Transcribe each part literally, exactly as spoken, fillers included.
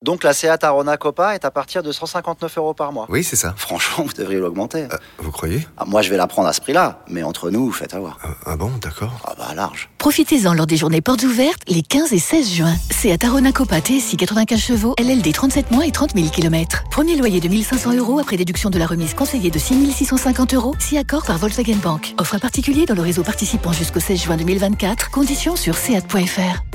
Donc la Seat Arona Copa est à partir de cent cinquante-neuf euros par mois. Oui, c'est ça. Franchement, vous devriez l'augmenter. Euh, vous croyez ? Ah, moi, je vais la prendre à ce prix-là, mais entre nous, faites avoir. Ah, ah bon, d'accord. Ah bah large. Profitez-en lors des journées portes ouvertes les quinze et seize juin. Seat Arona Copa T S I quatre-vingt-quinze chevaux, L L D trente-sept mois et trente mille kilomètres. Premier loyer de mille cinq cents euros après déduction de la remise conseillée de six mille six cent cinquante euros, si accord par Volkswagen Bank. Offre à particulier dans le réseau participant jusqu'au seize juin deux mille vingt-quatre. Conditions sur seat point f r.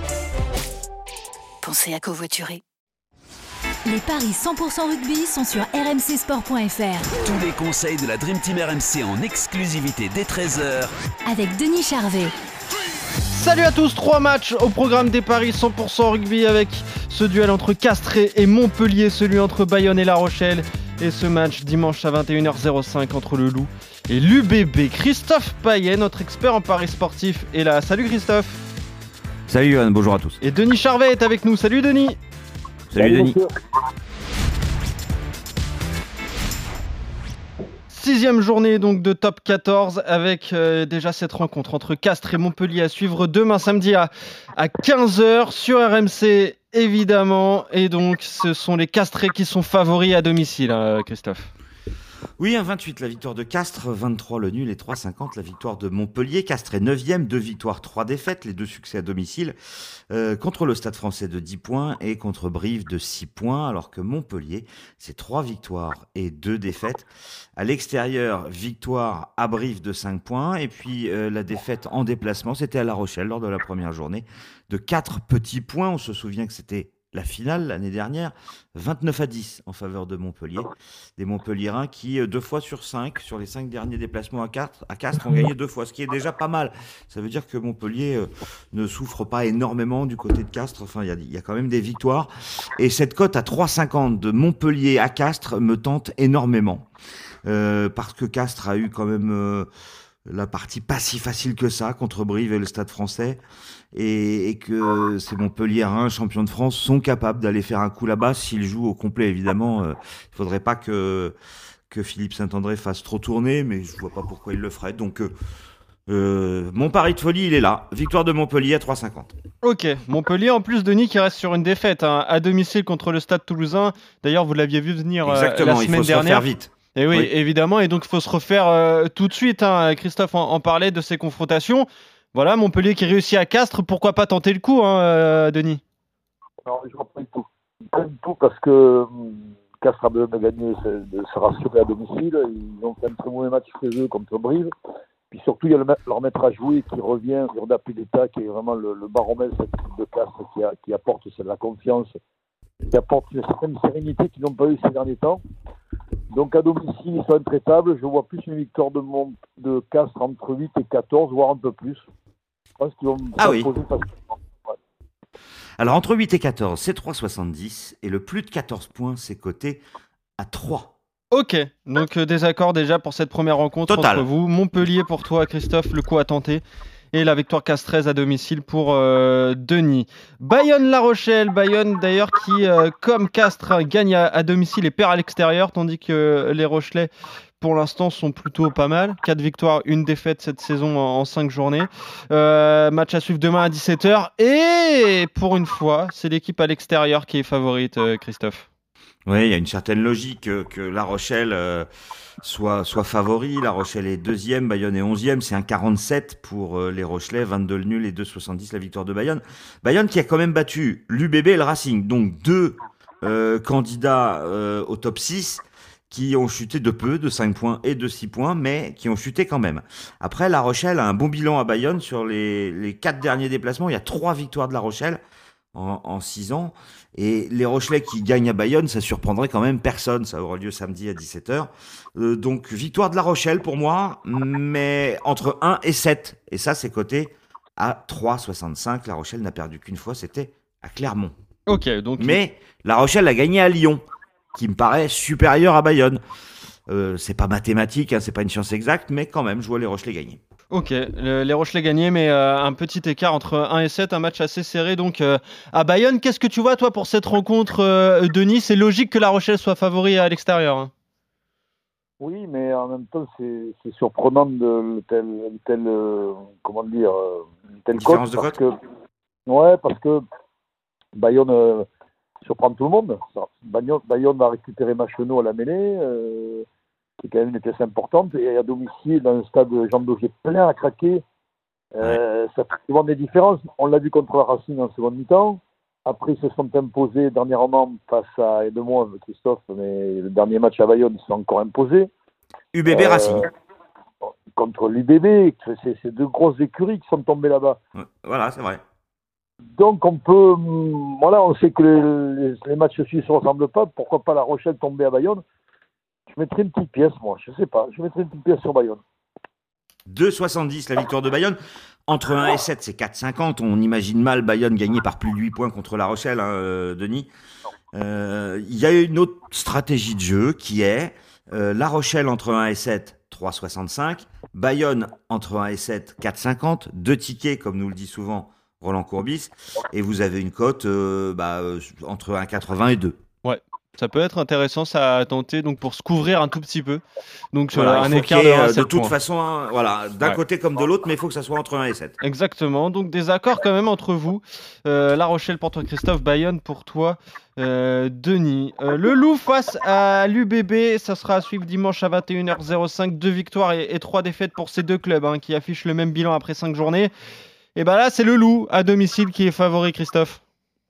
Pensez à covoiturer. Les paris cent pour cent rugby sont sur r m c sport point f r. Tous les conseils de la Dream Team R M C en exclusivité dès treize heures. Avec Denis Charvet. Salut à tous, trois matchs au programme des paris cent pour cent rugby avec ce duel entre Castres et Montpellier, celui entre Bayonne et La Rochelle et ce match dimanche à vingt et une heures cinq entre le Loup et l'U B B. Christophe Payet, notre expert en paris sportif, est là. Salut Christophe. Salut Johan, bonjour à tous. Et Denis Charvet est avec nous. Salut Denis. Salut, Salut Denis. Sixième journée donc de top quatorze avec euh, déjà cette rencontre entre Castres et Montpellier à suivre demain samedi à, à quinze heures sur R M C évidemment. Et donc ce sont les Castrés qui sont favoris à domicile, hein, Christophe. Oui, un vingt-huit la victoire de Castres, vingt-trois le nul et trois cinquante la victoire de Montpellier. Castres est neuvième, deux victoires, trois défaites, les deux succès à domicile euh, contre le Stade Français de dix points et contre Brive de six points, alors que Montpellier, c'est trois victoires et deux défaites. À l'extérieur, victoire à Brive de cinq points et puis euh, la défaite en déplacement, c'était à La Rochelle lors de la première journée de quatre petits points. On se souvient que c'était la finale l'année dernière, vingt-neuf à dix en faveur de Montpellier. Des Montpelliérains qui, deux fois sur cinq, sur les cinq derniers déplacements à Castres, à Castres ont gagné deux fois, ce qui est déjà pas mal. Ça veut dire que Montpellier euh, ne souffre pas énormément du côté de Castres. Enfin, il y, y a quand même des victoires. Et cette cote à trois cinquante de Montpellier à Castres me tente énormément. Euh, parce que Castres a eu quand même euh, la partie pas si facile que ça contre Brive et le Stade Français. Et, et que ces Montpelliérains, champions de France, sont capables d'aller faire un coup là-bas s'ils jouent au complet. Évidemment, euh, il faudrait pas que, que Philippe Saint-André fasse trop tourner, mais je vois pas pourquoi il le ferait. Donc, euh, euh, mon pari de folie, il est là. Victoire de Montpellier à trois cinquante. Ok, Montpellier en plus, Denis, qui reste sur une défaite hein, à domicile contre le Stade Toulousain. D'ailleurs, vous l'aviez vu venir euh, la semaine dernière. Exactement, il faut se refaire vite. Et oui, oui, évidemment, et donc il faut se refaire euh, tout de suite. Hein. Christophe en, en parlait de ces confrontations. Voilà, Montpellier qui réussit à Castres, pourquoi pas tenter le coup, hein, euh, Denis? Alors, je ne vois pas du tout. Pas du tout, parce que Castres a besoin de gagner, de se rassurer à domicile. Ils ont fait un très mauvais match chez eux contre Brive. Puis surtout, il y a le, leur maître à jouer qui revient, Jordan Pidetta, qui est vraiment le, le baromètre de cette équipe de Castres, qui, a, qui apporte de la confiance, qui apporte une certaine sérénité qu'ils n'ont pas eu ces derniers temps. Donc à domicile, ils sont intraitables. Je vois plus une victoire de, Mont- de Castres entre huit et quatorze, voire un peu plus. Je pense qu'ils vont ah oui. poser facilement. Ouais. Alors entre huit et quatorze, c'est trois soixante-dix et le plus de quatorze points, c'est coté à trois. Ok, donc euh, désaccord déjà pour cette première rencontre Total. entre vous. Montpellier pour toi, Christophe, le coup à tenter. Et la victoire castraise à domicile pour euh, Denis. Bayonne-La Rochelle. Bayonne d'ailleurs qui, euh, comme Castres, hein, gagne à, à domicile et perd à l'extérieur, tandis que les Rochelais, pour l'instant, sont plutôt pas mal. quatre victoires, une défaite cette saison en, en cinq journées. Euh, match à suivre demain à dix-sept heures. Et pour une fois, c'est l'équipe à l'extérieur qui est favorite, euh, Christophe. Oui, il y a une certaine logique que, que La Rochelle euh, soit, soit favori. La Rochelle est deuxième, Bayonne est onzième. C'est un quarante-sept pour euh, les Rochelais, vingt-deux le nul et deux soixante-dix la victoire de Bayonne. Bayonne qui a quand même battu l'U B B et le Racing. Donc deux euh, candidats euh, au top six qui ont chuté de peu, de cinq points et de six points, mais qui ont chuté quand même. Après, La Rochelle a un bon bilan à Bayonne sur les, les quatre derniers déplacements. Il y a trois victoires de La Rochelle en, en six ans. Et les Rochelais qui gagnent à Bayonne, ça surprendrait quand même personne. Ça aura lieu samedi à dix-sept heures. Euh, donc, victoire de La Rochelle pour moi, mais entre un et sept. Et ça, c'est coté à trois soixante-cinq. La Rochelle n'a perdu qu'une fois, c'était à Clermont. Ok, donc... Mais La Rochelle a gagné à Lyon, qui me paraît supérieur à Bayonne. Euh, c'est pas mathématique, hein, c'est pas une science exacte, mais quand même, je vois les Rochelais gagner. Ok, le, les Rochelais gagnés, mais euh, un petit écart entre un et sept, un match assez serré donc euh, à Bayonne. Qu'est-ce que tu vois toi pour cette rencontre, euh, Denis? C'est logique que La Rochelle soit favori à l'extérieur. Hein. Oui, mais en même temps, c'est, c'est surprenant de telle, telle euh, comment dire, euh, telle Différence cote, de cote. Que, ouais, parce que Bayonne euh, surprendre tout le monde. Bayonne, Bayonne va récupérer Macheneau à la mêlée, euh, qui est quand même une pièce importante, et à domicile, dans un stade Jean Daugé plein à craquer, euh, ouais. Ça fait souvent des différences. On l'a vu contre la Racing en seconde mi-temps. Après, ils se sont imposés dernièrement face à Edemont, Christophe, mais le dernier match à Bayonne, ils se sont encore imposés. U B B euh, Racing. Contre l'U B B, c'est, c'est deux grosses écuries qui sont tombées là-bas. Voilà, c'est vrai. Donc on peut, voilà, on sait que les, les matchs suisses ne se ressemblent pas. Pourquoi pas La Rochelle tomber à Bayonne? Je mettrais une petite pièce, moi. Je sais pas. Je mettrais une petite pièce sur Bayonne. deux virgule soixante-dix la victoire de Bayonne. Entre un et sept, c'est quatre virgule cinquante. On imagine mal Bayonne gagner par plus de huit points contre La Rochelle, hein, euh, Denis. Il euh, y a une autre stratégie de jeu qui est euh, La Rochelle entre un et sept, trois virgule soixante-cinq. Bayonne entre un et sept, quatre virgule cinquante. Deux tickets, comme nous le dit souvent Roland Courbis. Et vous avez une cote euh, bah, euh, entre un virgule quatre-vingts et deux. Ouais. Ça peut être intéressant, ça à tenter, donc pour se couvrir un tout petit peu. Donc voilà, un écart de un à sept de toute points. façon, hein, voilà, d'un ouais. côté comme de l'autre, mais il faut que ça soit entre un et sept. Exactement, donc des accords quand même entre vous. Euh, La Rochelle pour toi Christophe, Bayonne pour toi euh, Denis. Euh, le Loup face à l'U B B, ça sera à suivre dimanche à vingt et une heures zéro cinq. Deux victoires et, et trois défaites pour ces deux clubs hein, qui affichent le même bilan après cinq journées. Et bien là, c'est le Loup à domicile qui est favori, Christophe.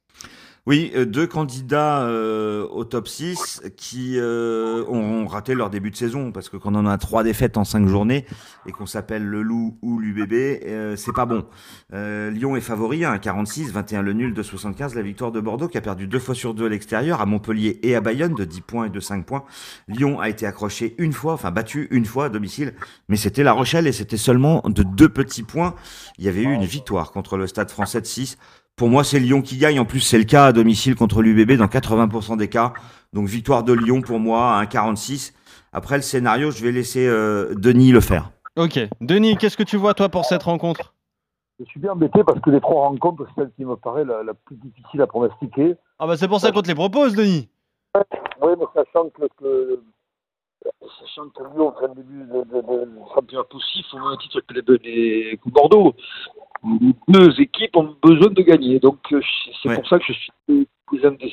Oui, euh, deux candidats euh, au top six qui euh, ont raté leur début de saison, parce que quand on en a trois défaites en cinq journées et qu'on s'appelle le Loup ou l'U B B, euh, c'est pas bon. Euh, Lyon est favori à un virgule quarante-six, vingt et un le nul, deux virgule soixante-quinze, la victoire de Bordeaux qui a perdu deux fois sur deux à l'extérieur, à Montpellier et à Bayonne, de dix points et de cinq points. Lyon a été accroché une fois, enfin battu une fois à domicile, mais c'était La Rochelle et c'était seulement de deux petits points. Il y avait eu une victoire contre le Stade Français de six. Pour moi, c'est Lyon qui gagne. En plus, c'est le cas à domicile contre l'U B B dans quatre-vingts pour cent des cas. Donc, victoire de Lyon pour moi à un virgule quarante-six. Après, le scénario, je vais laisser euh, Denis le faire. Ok. Denis, qu'est-ce que tu vois, toi, pour cette rencontre? Je suis bien embêté parce que les trois rencontres, c'est celle qui me paraît la, la plus difficile à pronostiquer. Ah bah c'est pour ça qu'on te les propose, Denis. Oui, mais sachant que, que, sachant que Lyon fait un début de, de, de, de championnat poussif au même titre que, les, les, que Bordeaux. Les deux équipes ont besoin de gagner. Donc, c'est ouais. pour ça que je suis plus indécis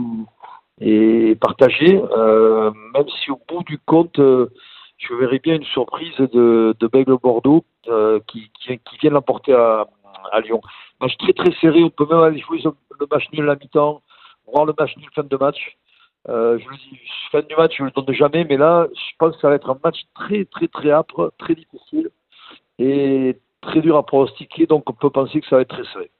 et partagé. Euh, même si au bout du compte, euh, je verrais bien une surprise de, de Bègles-Bordeaux euh, qui, qui, qui vient l'emporter à, à Lyon. Match très très serré. On peut même aller jouer le match nul à la mi-temps, voir le match nul fin de match. Euh, je le dis, fin du match, je ne le donne jamais. Mais là, je pense que ça va être un match très très très âpre, très difficile. Et très dur à pronostiquer, donc on peut penser que ça va être très serré.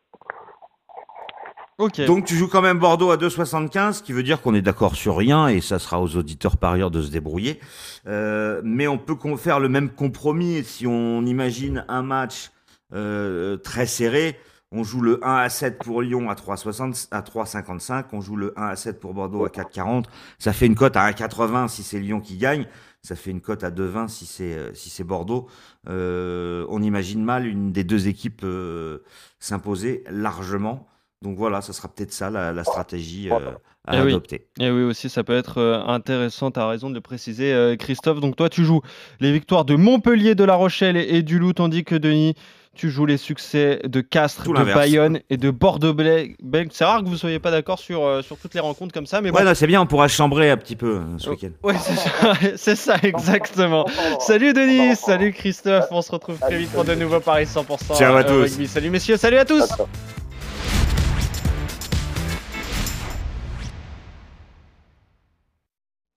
Okay. Donc tu joues quand même Bordeaux à deux virgule soixante-quinze, ce qui veut dire qu'on est d'accord sur rien, et ça sera aux auditeurs par ailleurs de se débrouiller. Euh, mais on peut faire le même compromis si on imagine un match euh, très serré. On joue le un à sept pour Lyon à trois virgule cinquante-cinq, on joue le un à sept pour Bordeaux à quatre virgule quarante. Ça fait une cote à un virgule quatre-vingts si c'est Lyon qui gagne. Ça fait une cote à deux virgule vingt si c'est euh, si c'est Bordeaux. Euh, on imagine mal une des deux équipes euh, s'imposer largement. Donc voilà, ça sera peut-être ça la, la stratégie euh, à et adopter. Oui. Et oui aussi, ça peut être euh, intéressant. Tu as raison de le préciser, euh, Christophe. Donc toi, tu joues les victoires de Montpellier, de La Rochelle et, et du Loup, tandis que Denis, tu joues les succès de Castres, Tout de l'inverse. Bayonne et de Bordeaux-Bègles. C'est rare que vous ne soyez pas d'accord sur, euh, sur toutes les rencontres comme ça. Mais ouais, bon. non, c'est bien, on pourra chambrer un petit peu euh, ce week-end. Oui, c'est ça, c'est ça, exactement. Salut Denis, salut Christophe. On se retrouve très vite pour de nouveaux paris cent pour cent. Ciao à tous. Rugby. Salut messieurs, salut à tous.